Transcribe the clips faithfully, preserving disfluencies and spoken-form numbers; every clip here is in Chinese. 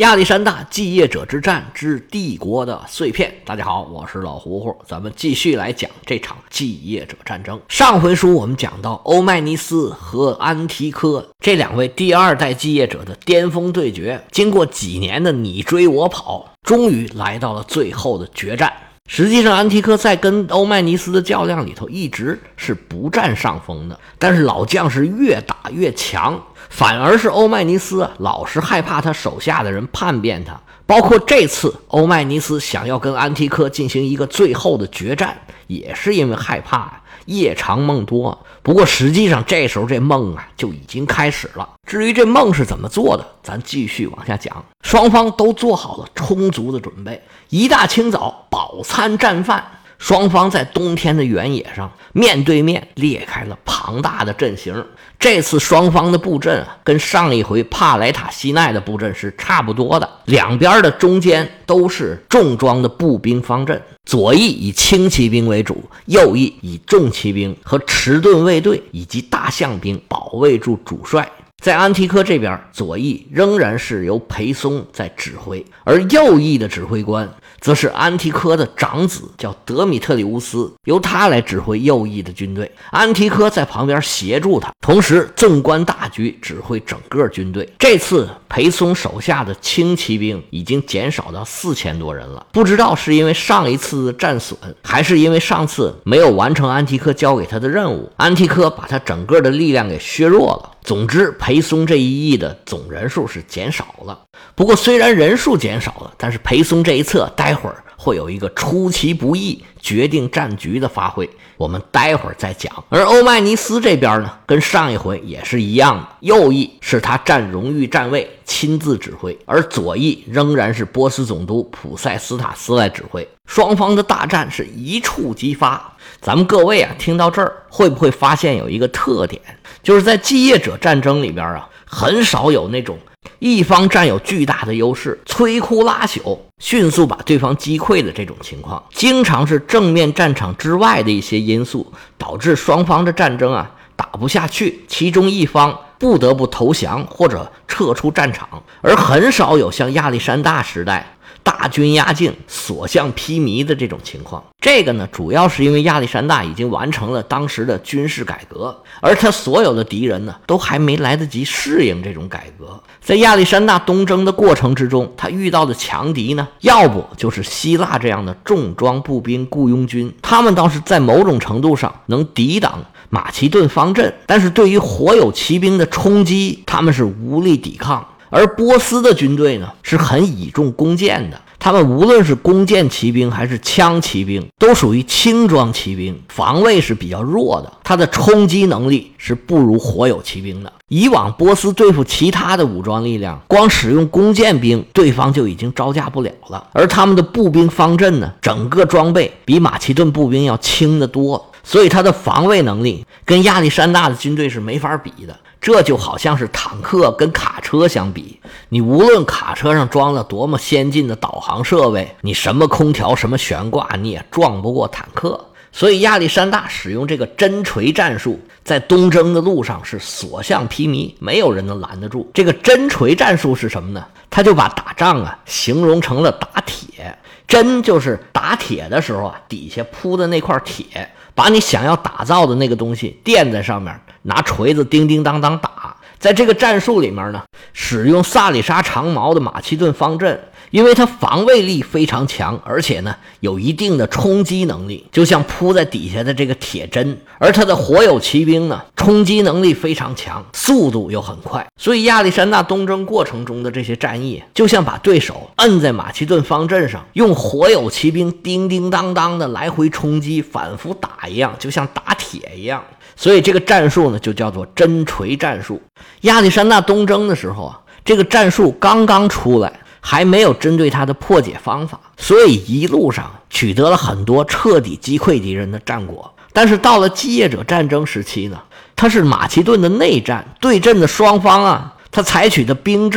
亚历山大继业者之战之帝国的碎片。大家好，我是老胡胡，咱们继续来讲这场继业者战争。上回书我们讲到欧迈尼斯和安提柯这两位第二代继业者的巅峰对决，经过几年的你追我跑，终于来到了最后的决战。实际上安提柯在跟欧迈尼斯的较量里头一直是不占上风的，但是老将是越打越强，反而是欧迈尼斯啊老是害怕他手下的人叛变他。包括这次欧迈尼斯想要跟安提柯进行一个最后的决战，也是因为害怕夜长梦多。不过实际上这时候这梦啊就已经开始了。至于这梦是怎么做的，咱继续往下讲。双方都做好了充足的准备，一大清早饱餐战饭，双方在冬天的原野上面对面列开了庞大的阵型。这次双方的布阵啊，跟上一回帕莱塔西奈的布阵是差不多的，两边的中间都是重装的步兵方阵，左翼以轻骑兵为主，右翼以重骑兵和迟钝卫队以及大象兵保卫住主帅。在安提柯这边，左翼仍然是由裴松在指挥，而右翼的指挥官则是安提柯的长子，叫德米特里乌斯，由他来指挥右翼的军队。安提柯在旁边协助他，同时纵观大局，指挥整个军队。这次裴松手下的轻骑兵已经减少到四千多人了，不知道是因为上一次的战损，还是因为上次没有完成安提柯交给他的任务，安提柯把他整个的力量给削弱了。总之裴松这一役的总人数是减少了。不过虽然人数减少了，但是裴松这一侧待会儿会有一个出其不意决定战局的发挥，我们待会儿再讲。而欧迈尼斯这边呢，跟上一回也是一样的，右翼是他占荣誉站位亲自指挥，而左翼仍然是波斯总督普塞斯塔斯来指挥。双方的大战是一触即发。咱们各位啊，听到这儿会不会发现有一个特点，就是在继业者战争里边啊，很少有那种一方占有巨大的优势，摧枯拉朽，迅速把对方击溃的这种情况，经常是正面战场之外的一些因素导致双方的战争啊打不下去，其中一方不得不投降或者撤出战场，而很少有像亚历山大时代大军压境，所向披靡的这种情况。这个呢，主要是因为亚历山大已经完成了当时的军事改革，而他所有的敌人呢，都还没来得及适应这种改革。在亚历山大东征的过程之中，他遇到的强敌呢，要不就是希腊这样的重装步兵雇佣军，他们倒是在某种程度上能抵挡马其顿方阵，但是对于火有骑兵的冲击，他们是无力抵抗。而波斯的军队呢，是很倚重弓箭的，他们无论是弓箭骑兵还是枪骑兵，都属于轻装骑兵，防卫是比较弱的，他的冲击能力是不如火有骑兵的。以往波斯对付其他的武装力量，光使用弓箭兵，对方就已经招架不了了，而他们的步兵方阵呢，整个装备比马其顿步兵要轻得多，所以他的防卫能力跟亚历山大的军队是没法比的。这就好像是坦克跟卡车相比，你无论卡车上装了多么先进的导航设备，你什么空调什么悬挂，你也撞不过坦克。所以亚历山大使用这个针锤战术，在东征的路上是所向披靡，没有人能拦得住。这个针锤战术是什么呢？他就把打仗啊形容成了打铁。针就是打铁的时候啊，底下铺的那块铁，把你想要打造的那个东西垫在上面，拿锤子叮叮当当打。在这个战术里面呢，使用萨里沙长矛的马其顿方阵，因为它防卫力非常强，而且呢有一定的冲击能力，就像铺在底下的这个铁针。而它的火有骑兵呢，冲击能力非常强，速度又很快，所以亚历山大东征过程中的这些战役，就像把对手摁在马其顿方阵上，用火有骑兵叮叮当当的来回冲击，反复打一样，就像打铁一样。所以这个战术呢，就叫做针锤战术。亚历山大东征的时候啊，这个战术刚刚出来，还没有针对他的破解方法，所以一路上取得了很多彻底击溃敌人的战果。但是到了继业者战争时期呢，它是马其顿的内战，对阵的双方啊，他采取的兵制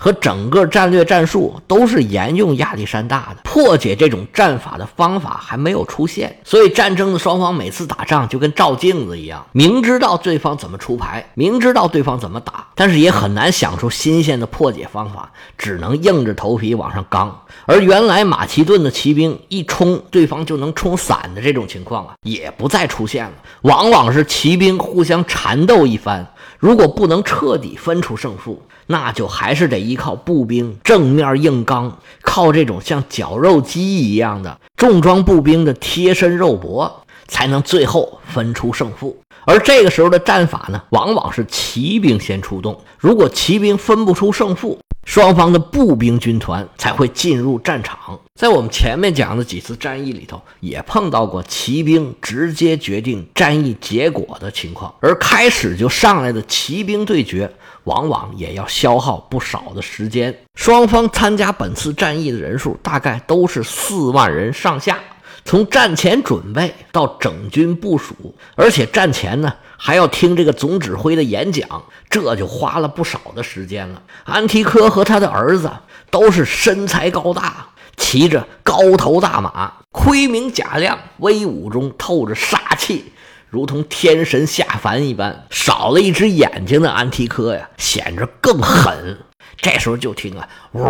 和整个战略战术都是沿用亚历山大的，破解这种战法的方法还没有出现，所以战争的双方每次打仗就跟照镜子一样，明知道对方怎么出牌，明知道对方怎么打，但是也很难想出新鲜的破解方法，只能硬着头皮往上刚。而原来马其顿的骑兵一冲对方就能冲散的这种情况啊，也不再出现了，往往是骑兵互相缠斗一番，如果不能彻底分出胜负，那就还是得依靠步兵正面硬刚，靠这种像绞肉机一样的重装步兵的贴身肉搏，才能最后分出胜负。而这个时候的战法呢，往往是骑兵先出动，如果骑兵分不出胜负，双方的步兵军团才会进入战场。在我们前面讲的几次战役里头，也碰到过骑兵直接决定战役结果的情况，而开始就上来的骑兵对决往往也要消耗不少的时间。双方参加本次战役的人数大概都是四万人上下，从战前准备到整军部署，而且战前呢还要听这个总指挥的演讲，这就花了不少的时间了。安提柯和他的儿子都是身材高大，骑着高头大马，盔明甲亮，威武中透着杀气，如同天神下凡一般。少了一只眼睛的安提柯呀，显着更狠。这时候就听啊，呜，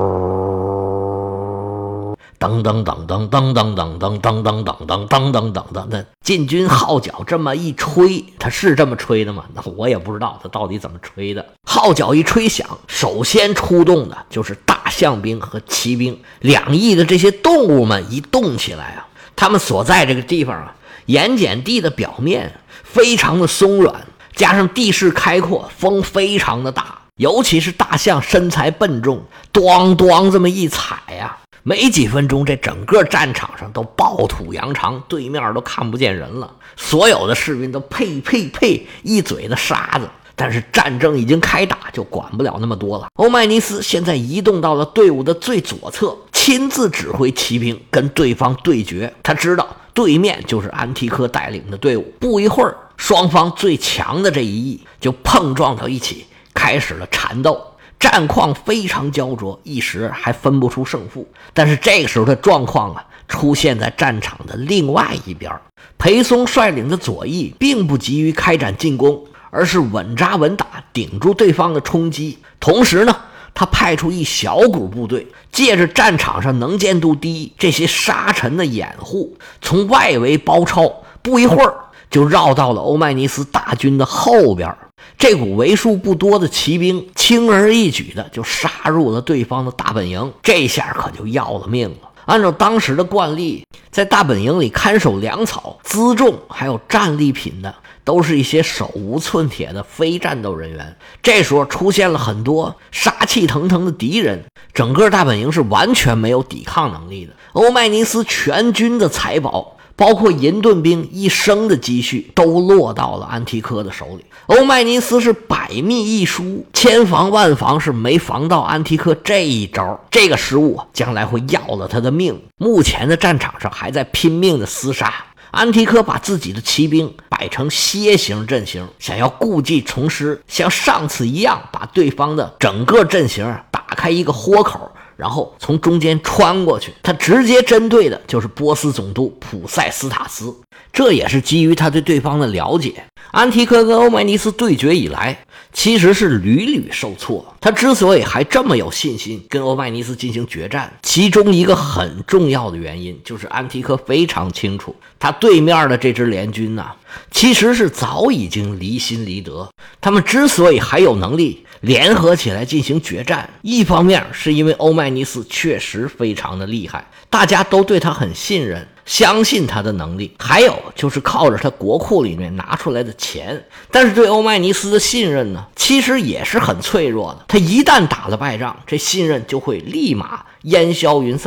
噔噔噔噔噔噔噔噔噔噔噔噔噔噔噔噔的进军号角这么一吹，他是这么吹的吗？那我也不知道他到底怎么吹的。号角一吹响，首先出动的就是大象兵和骑兵，两翼的这些动物们一动起来啊，他们所在这个地方啊，盐碱地的表面非常的松软，加上地势开阔，风非常的大，尤其是大象身材笨重，咣咣这么一踩呀、啊，没几分钟这整个战场上都暴土扬长，对面都看不见人了，所有的士兵都呸呸呸一嘴的沙子。但是战争已经开打，就管不了那么多了。欧迈尼斯现在移动到了队伍的最左侧，亲自指挥骑兵跟对方对决。他知道对面就是安提柯带领的队伍，不一会儿双方最强的这一翼就碰撞到一起，开始了缠斗。战况非常焦灼，一时还分不出胜负。但是这个时候的状况啊，出现在战场的另外一边。裴松率领的左翼并不急于开展进攻，而是稳扎稳打，顶住对方的冲击。同时呢，他派出一小股部队，借着战场上能见度低，这些沙尘的掩护，从外围包抄，不一会儿就绕到了欧迈尼斯大军的后边。这股为数不多的骑兵轻而易举的就杀入了对方的大本营，这下可就要了命了。按照当时的惯例，在大本营里看守粮草、辎重还有战利品的都是一些手无寸铁的非战斗人员。这时候出现了很多杀气腾腾的敌人，整个大本营是完全没有抵抗能力的。欧迈尼斯全军的财宝，包括银盾兵一生的积蓄，都落到了安提柯的手里。欧迈尼斯是百密一疏，千防万防，是没防到安提柯这一招。这个失误将来会要了他的命。目前的战场上还在拼命的厮杀，安提柯把自己的骑兵摆成楔形阵型，想要故技重施，像上次一样把对方的整个阵型打开一个豁口，然后从中间穿过去。他直接针对的就是波斯总督普塞斯塔斯，这也是基于他对对方的了解。安提柯跟欧迈尼斯对决以来，其实是屡屡受挫。他之所以还这么有信心跟欧迈尼斯进行决战，其中一个很重要的原因就是安提柯非常清楚，他对面的这支联军啊，其实是早已经离心离德。他们之所以还有能力联合起来进行决战，一方面是因为欧迈尼斯确实非常的厉害，大家都对他很信任，相信他的能力，还有就是靠着他国库里面拿出来的钱。但是对欧迈尼斯的信任呢，其实也是很脆弱的，他一旦打了败仗，这信任就会立马烟消云散。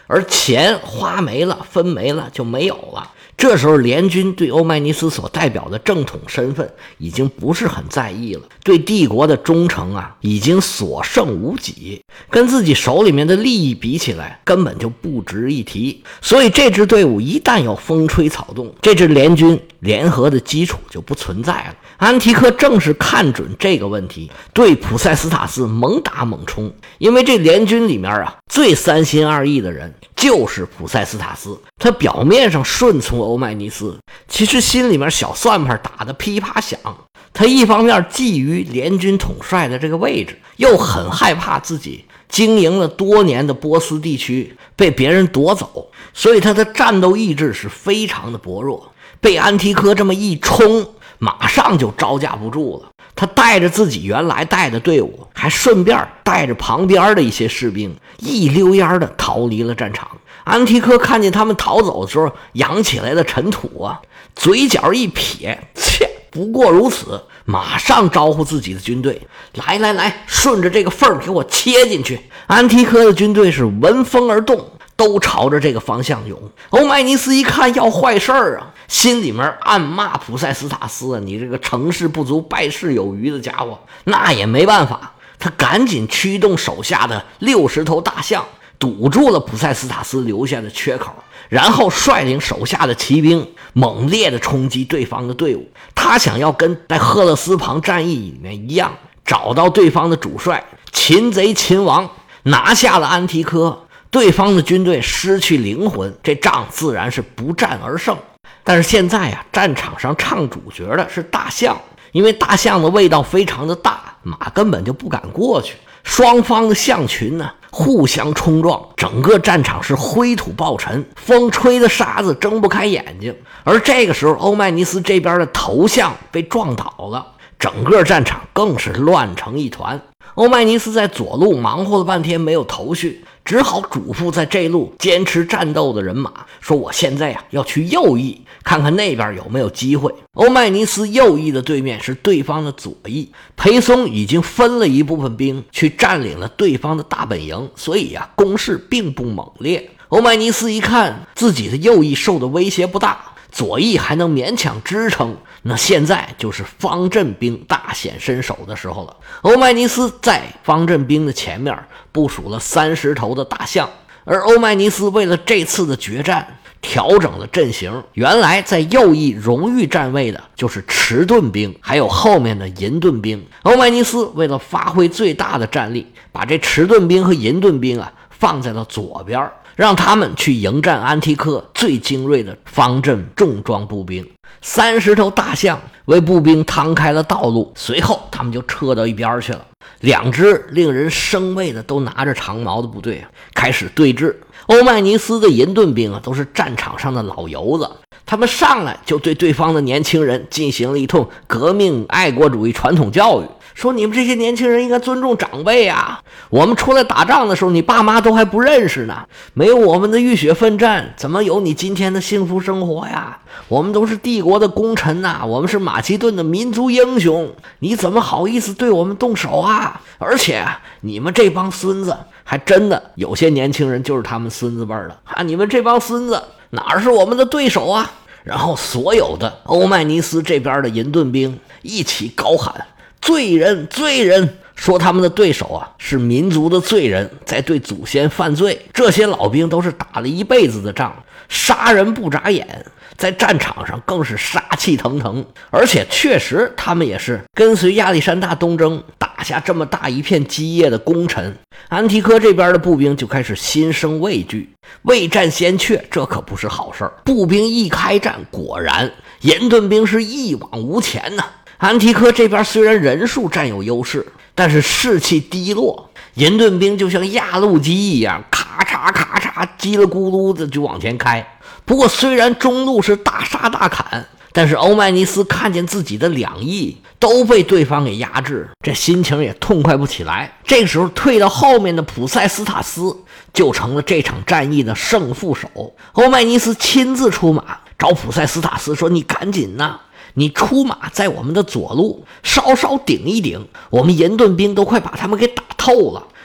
而钱花没了，分没了就没有了。这时候联军对欧迈尼斯所代表的正统身份已经不是很在意了，对帝国的忠诚啊已经所剩无几，跟自己手里面的利益比起来根本就不值一提。所以这支队伍一旦有风吹草动，这支联军联合的基础就不存在了。安提柯正是看准这个问题，对普塞斯塔斯猛打猛冲。因为这联军里面啊最三心二意的人就是普塞斯塔斯，他表面上顺从欧迈尼斯，其实心里面小算盘打得噼啪响。他一方面觊觎联军统帅的这个位置，又很害怕自己经营了多年的波斯地区被别人夺走，所以他的战斗意志是非常的薄弱。被安提柯这么一冲，马上就招架不住了。他带着自己原来带的队伍，还顺便带着旁边的一些士兵，一溜烟的逃离了战场。安提柯看见他们逃走的时候，扬起来的尘土啊，嘴角一撇，切，不过如此，马上招呼自己的军队，来来来，顺着这个缝给我切进去。安提柯的军队是闻风而动，都朝着这个方向涌。欧迈尼斯一看要坏事儿啊，心里面暗骂普塞斯塔斯啊，你这个成事不足败事有余的家伙。那也没办法，他赶紧驱动手下的六十头大象，堵住了普塞斯塔斯留下的缺口，然后率领手下的骑兵猛烈的冲击对方的队伍。他想要跟在赫勒斯旁战役里面一样，找到对方的主帅，擒贼擒王，拿下了安提柯。对方的军队失去灵魂，这仗自然是不战而胜。但是现在啊，战场上唱主角的是大象，因为大象的味道非常的大，马根本就不敢过去。双方的象群呢互相冲撞，整个战场是灰土暴尘，风吹的沙子睁不开眼睛。而这个时候欧迈尼斯这边的头象被撞倒了，整个战场更是乱成一团。欧迈尼斯在左路忙活了半天没有头绪，只好嘱咐在这路坚持战斗的人马说，我现在呀要去右翼看看那边有没有机会。欧迈尼斯右翼的对面是对方的左翼，裴松已经分了一部分兵去占领了对方的大本营，所以呀攻势并不猛烈。欧迈尼斯一看自己的右翼受的威胁不大，左翼还能勉强支撑，那现在就是方阵兵大显身手的时候了。欧迈尼斯在方阵兵的前面部署了三十头的大象，而欧迈尼斯为了这次的决战调整了阵型，原来在右翼荣誉站位的就是迟钝兵，还有后面的银盾兵。欧迈尼斯为了发挥最大的战力，把这迟钝兵和银盾兵啊放在了左边，让他们去迎战安提柯最精锐的方阵重装步兵。三十头大象为步兵趟开了道路，随后他们就撤到一边去了。两支令人生畏的都拿着长矛的部队啊，开始对峙。欧迈尼斯的银盾兵啊，都是战场上的老油子，他们上来就对对方的年轻人进行了一通革命爱国主义传统教育，说你们这些年轻人应该尊重长辈啊，我们出来打仗的时候你爸妈都还不认识呢，没有我们的浴血奋战，怎么有你今天的幸福生活呀？我们都是帝国的功臣呐、啊，我们是马其顿的民族英雄，你怎么好意思对我们动手啊？而且你们这帮孙子，还真的有些年轻人就是他们孙子辈的啊！你们这帮孙子哪是我们的对手啊？然后所有的欧迈尼斯这边的银盾兵一起高喊罪人罪人，说他们的对手啊是民族的罪人，在对祖先犯罪。这些老兵都是打了一辈子的仗，杀人不眨眼，在战场上更是杀气腾腾。而且确实他们也是跟随亚历山大东征打下这么大一片基业的功臣。安提柯这边的步兵就开始心生畏惧，未战先怯，这可不是好事儿。步兵一开战，果然银盾兵是一往无前呐、啊。安提柯这边虽然人数占有优势，但是士气低落，银盾兵就像压路机一样，咔嚓咔嚓叽里咕噜的就往前开。不过虽然中路是大杀大砍，但是欧迈尼斯看见自己的两翼都被对方给压制，这心情也痛快不起来。这个时候退到后面的普塞斯塔斯就成了这场战役的胜负手。欧迈尼斯亲自出马找普塞斯塔斯说，你赶紧呐，你出马在我们的左路稍稍顶一顶，我们银盾兵都快把他们给打透了，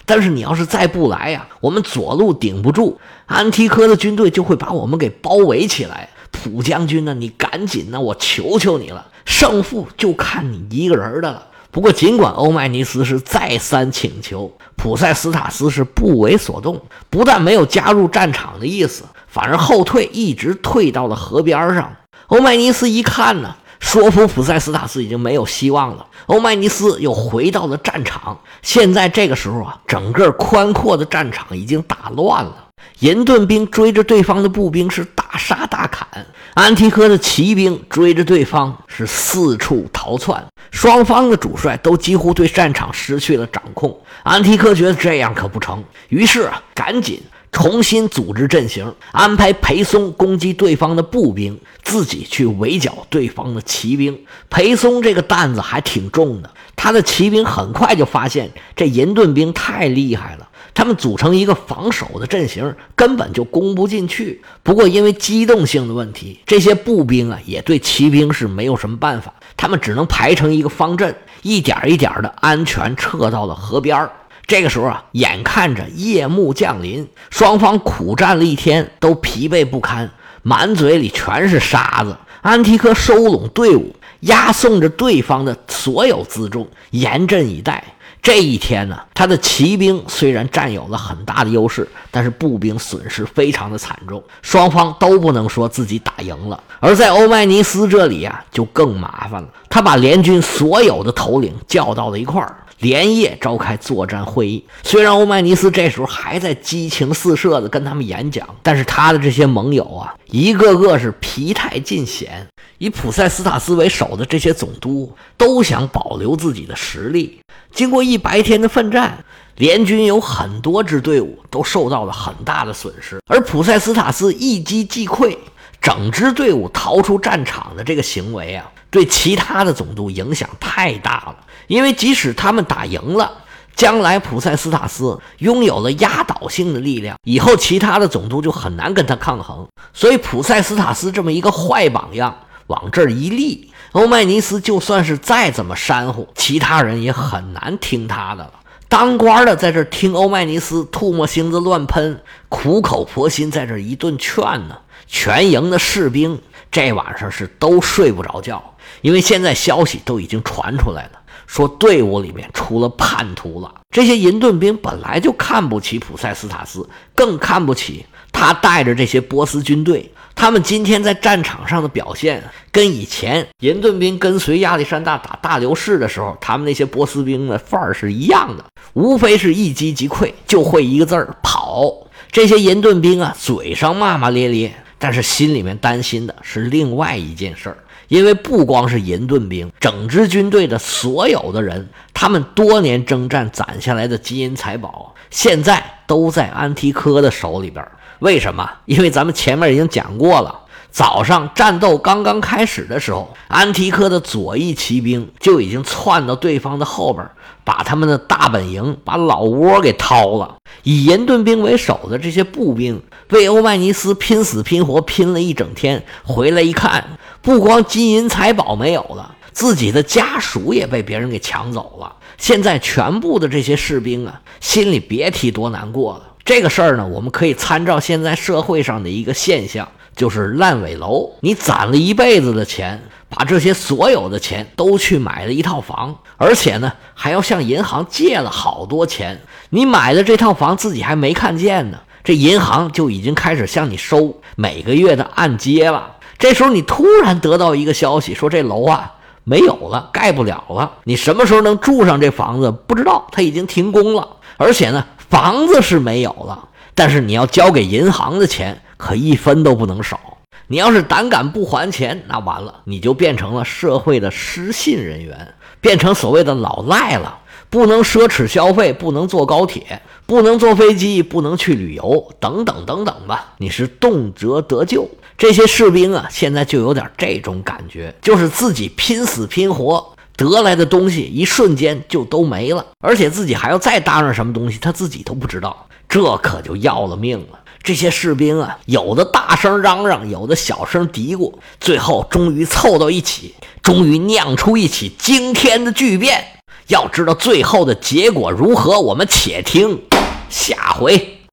但是你要是再不来呀、啊，我们左路顶不住，安提柯的军队就会把我们给包围起来。普将军呢，你赶紧呢，我求求你了，胜负就看你一个人的了。不过尽管欧迈尼斯是再三请求，普塞斯塔斯是不为所动，不但没有加入战场的意思，反而后退，一直退到了河边上。欧迈尼斯一看呢，说服普塞斯塔斯已经没有希望了，欧迈尼斯又回到了战场。现在这个时候啊，整个宽阔的战场已经打乱了，银盾兵追着对方的步兵是大杀大砍，安提柯的骑兵追着对方是四处逃窜，双方的主帅都几乎对战场失去了掌控。安提柯觉得这样可不成，于是啊，赶紧重新组织阵型，安排裴松攻击对方的步兵，自己去围剿对方的骑兵。裴松这个担子还挺重的，他的骑兵很快就发现这银盾兵太厉害了，他们组成一个防守的阵型，根本就攻不进去。不过因为机动性的问题，这些步兵啊也对骑兵是没有什么办法，他们只能排成一个方阵，一点一点的安全撤到了河边。这个时候啊，眼看着夜幕降临，双方苦战了一天，都疲惫不堪，满嘴里全是沙子。安提柯收拢队伍，押送着对方的所有辎重，严阵以待。这一天呢，他的骑兵虽然占有了很大的优势，但是步兵损失非常的惨重，双方都不能说自己打赢了。而在欧迈尼斯这里啊，就更麻烦了，他把联军所有的头领叫到了一块儿，连夜召开作战会议。虽然欧迈尼斯这时候还在激情四射的跟他们演讲，但是他的这些盟友啊，一个个是疲态尽显。以普塞斯塔斯为首的这些总督都想保留自己的实力。经过一白天的奋战，联军有很多支队伍都受到了很大的损失，而普塞斯塔斯一击即溃，整支队伍逃出战场的这个行为啊，对其他的总督影响太大了。因为即使他们打赢了，将来普塞斯塔斯拥有了压倒性的力量，以后其他的总督就很难跟他抗衡。所以普塞斯塔斯这么一个坏榜样往这儿一立，欧迈尼斯就算是再怎么煽乎，其他人也很难听他的了。当官的在这听欧迈尼斯吐沫星子乱喷，苦口婆心在这一顿劝呢，全营的士兵这晚上是都睡不着觉，因为现在消息都已经传出来了，说队伍里面出了叛徒了。这些银盾兵本来就看不起普塞斯塔斯，更看不起他带着这些波斯军队。他们今天在战场上的表现跟以前银盾兵跟随亚历山大打大流士的时候，他们那些波斯兵的范儿是一样的，无非是一击即溃，就会一个字儿跑。这些银盾兵啊，嘴上骂骂咧咧，但是心里面担心的是另外一件事儿。因为不光是银盾兵，整支军队的所有的人，他们多年征战攒下来的金银财宝，现在都在安提柯的手里边。为什么？因为咱们前面已经讲过了，早上战斗刚刚开始的时候，安提柯的左翼骑兵就已经窜到对方的后边，把他们的大本营，把老窝给掏了。以银盾兵为首的这些步兵为欧迈尼斯拼死拼活拼了一整天，回来一看，不光金银财宝没有了，自己的家属也被别人给抢走了。现在全部的这些士兵啊，心里别提多难过了。这个事儿呢，我们可以参照现在社会上的一个现象，就是烂尾楼。你攒了一辈子的钱，把这些所有的钱都去买了一套房，而且呢还要向银行借了好多钱。你买的这套房自己还没看见呢，这银行就已经开始向你收每个月的按揭了。这时候你突然得到一个消息，说这楼啊没有了，盖不了了，你什么时候能住上这房子不知道，它已经停工了。而且呢房子是没有了，但是你要交给银行的钱可一分都不能少。你要是胆敢不还钱，那完了，你就变成了社会的失信人员，变成所谓的老赖了，不能奢侈消费，不能坐高铁，不能坐飞机，不能去旅游，等等等等吧，你是动辄得咎。这些士兵啊，现在就有点这种感觉，就是自己拼死拼活得来的东西一瞬间就都没了，而且自己还要再搭上什么东西他自己都不知道，这可就要了命了。这些士兵啊，有的大声嚷嚷，有的小声嘀咕，最后终于凑到一起，终于酿出一起惊天的巨变。 要知道最后的结果如何，我们且听下回